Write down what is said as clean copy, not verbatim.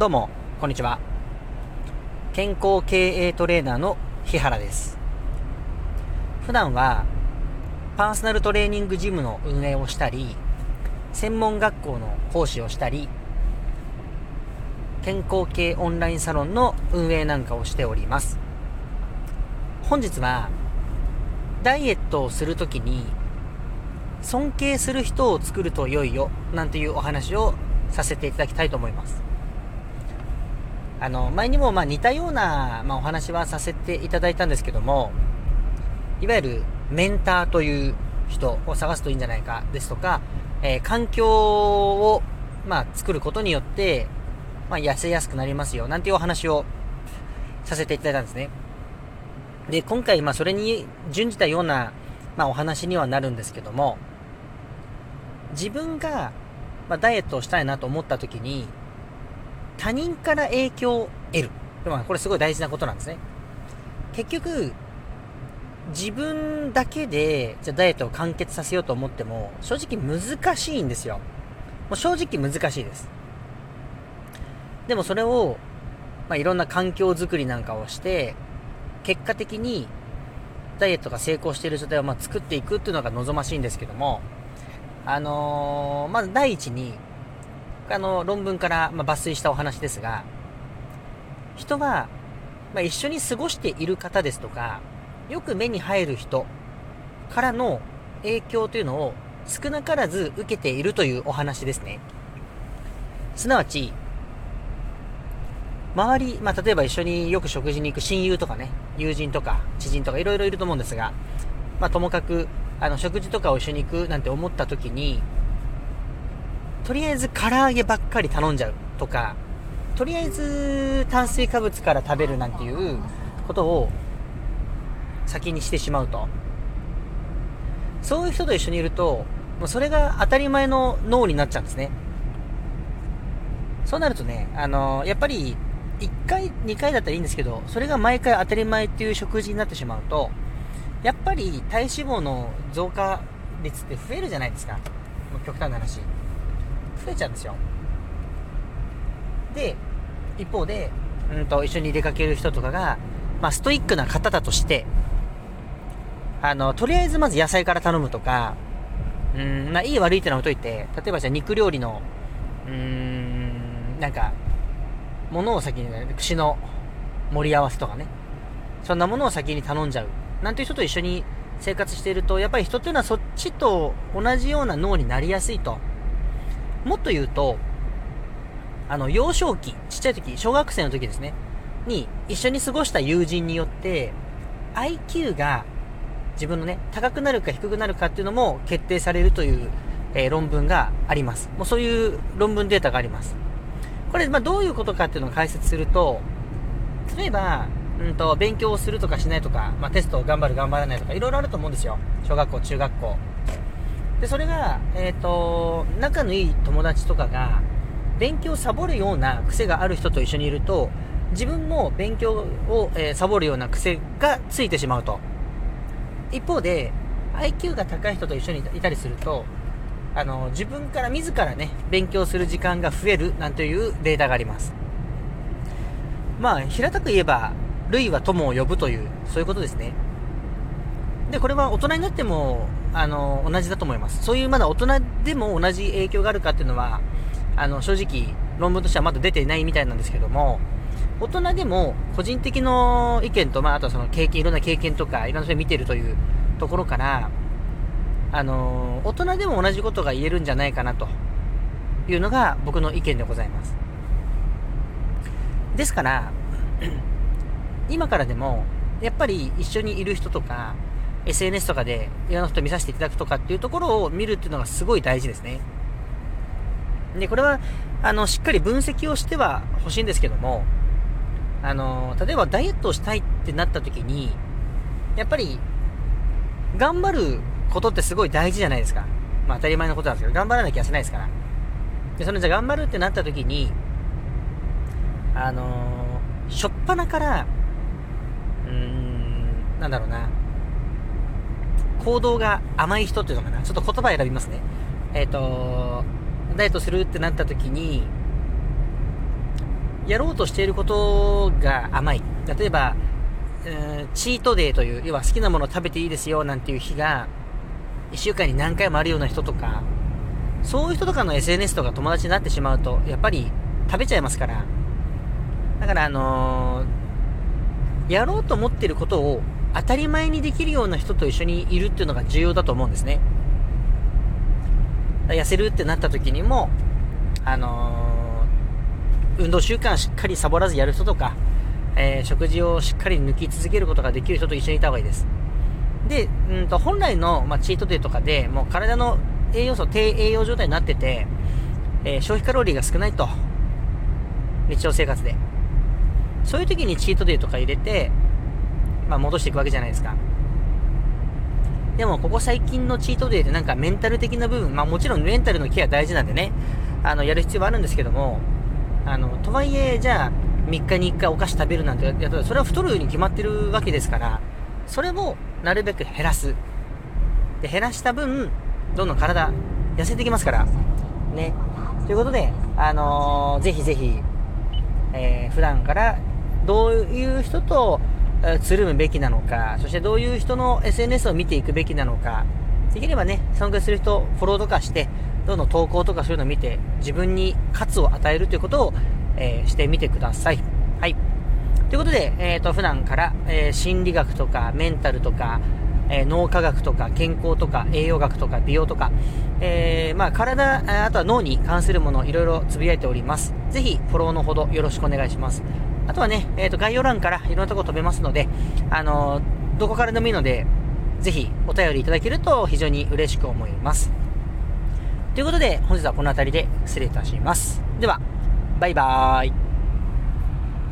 どうもこんにちは。健康経営トレーナーの日原です。普段はパーソナルトレーニングジムの運営をしたり、専門学校の講師をしたり、健康系オンラインサロンの運営なんかをしております。本日はダイエットをするときに尊敬する人を作ると良いよなんていうお話をさせていただきたいと思います。前にも似たような、お話はさせていただいたんですけども、いわゆるメンターという人を探すといいんじゃないかですとか、環境を、作ることによって、痩せやすくなりますよなんていうお話をさせていただいたんですね。で、今回それに準じたような、お話にはなるんですけども、自分が、ダイエットをしたいなと思った時に他人から影響を得る。これすごい大事なことなんですね。結局、自分だけでじゃあダイエットを完結させようと思っても、正直難しいんですよ。もう正直難しいです。でもそれを、いろんな環境づくりなんかをして、結果的にダイエットが成功している状態を作っていくっていうのが望ましいんですけども、まず第一に、論文から抜粋したお話ですが、人は、一緒に過ごしている方ですとか、よく目に入る人からの影響というのを少なからず受けているというお話ですね。すなわち、周り、例えば一緒によく食事に行く親友とかね、友人とか知人とかいろいろいると思うんですが、ともかく、食事とかを一緒に行くなんて思った時に、とりあえず唐揚げばっかり頼んじゃうとか、とりあえず炭水化物から食べるなんていうことを先にしてしまうと、そういう人と一緒にいると、もうそれが当たり前の脳になっちゃうんですね。そうなるとね、やっぱり1回2回だったらいいんですけど、それが毎回当たり前っていう食事になってしまうと、やっぱり体脂肪の増加率って増えるじゃないですか。もう極端な話、増えちゃうんですよ。で、一方で、一緒に出かける人とかが、ストイックな方だとして、とりあえずまず野菜から頼むとか、いい悪いってのは置いといて、例えばじゃあ肉料理の、ものを先に、串の盛り合わせとかね、そんなものを先に頼んじゃう。なんていう人と一緒に生活していると、やっぱり人っていうのはそっちと同じような脳になりやすいと。もっと言うと、幼少期、ちっちゃい時、小学生の時ですね、に一緒に過ごした友人によって、IQ が自分のね、高くなるか低くなるかっていうのも決定されるという、論文があります。もうそういう論文データがあります。これ、どういうことかっていうのを解説すると、例えば、勉強をするとかしないとか、テストを頑張る頑張らないとか、いろいろあると思うんですよ。小学校、中学校。で、それが、仲のいい友達とかが、勉強をサボるような癖がある人と一緒にいると、自分も勉強を、サボるような癖がついてしまうと。一方で、IQ が高い人と一緒にいたりすると、自分から自らね、勉強する時間が増えるなんていうデータがあります。平たく言えば、類は友を呼ぶという、そういうことですね。で、これは大人になっても、同じだと思います。そういうまだ大人でも同じ影響があるかっていうのは、正直、論文としてはまだ出ていないみたいなんですけども、大人でも個人的の意見と、あとはその経験、いろんな経験とか、いろんな人を見ているというところから、大人でも同じことが言えるんじゃないかなというのが僕の意見でございます。ですから、今からでも、やっぱり一緒にいる人とか、SNS とかでいろんな人見させていただくとかっていうところを見るっていうのがすごい大事ですね。で、これは、しっかり分析をしては欲しいんですけども、例えばダイエットをしたいってなった時に、やっぱり、頑張ることってすごい大事じゃないですか。当たり前のことなんですけど、頑張らなきゃ痩せないですから。で、じゃあ頑張るってなった時に、しょっぱなから、行動が甘い人っていうのかな。ちょっと言葉選びますね。ダイエットするってなった時に、 やろうとしていることが甘い。例えば、チートデーという、要は好きなものを食べていいですよなんていう日が、1週間に何回もあるような人とか、そういう人とかの SNS とか友達になってしまうと、やっぱり食べちゃいますから。だからやろうと思っていることを当たり前にできるような人と一緒にいるっていうのが重要だと思うんですね。痩せるってなった時にも、運動習慣しっかりサボらずやる人とか、食事をしっかり抜き続けることができる人と一緒にいた方がいいです。で、本来の、チートデーとかでもう体の栄養素低栄養状態になってて、消費カロリーが少ないと、日常生活でそういう時にチートデーとか入れて、戻していくわけじゃないですか。でもここ最近のチートデーってなんかメンタル的な部分、もちろんメンタルのケア大事なんでね、やる必要はあるんですけども、とはいえ、じゃあ3日に1回お菓子食べるなんてやったら、それは太るに決まってるわけですから、それをなるべく減らす。で、減らした分どんどん体痩せてきますからね。ということで、ぜひぜひ、普段からどういう人とつるむべきなのか、そしてどういう人の SNS を見ていくべきなのか、できればね、尊敬する人フォローとかして、どんどん投稿とかそういうのを見て自分に喝を与えるということを、してみてください。はい。ということで、普段から、心理学とかメンタルとか、脳科学とか健康とか栄養学とか美容とか、体、あとは脳に関するものをいろいろつぶやいております。ぜひフォローのほどよろしくお願いします。あとはね、概要欄からいろんなところ飛べますので、どこからでもいいので、ぜひお便りいただけると非常に嬉しく思います。ということで、本日はこの辺りで失礼いたします。では、バイバーイ。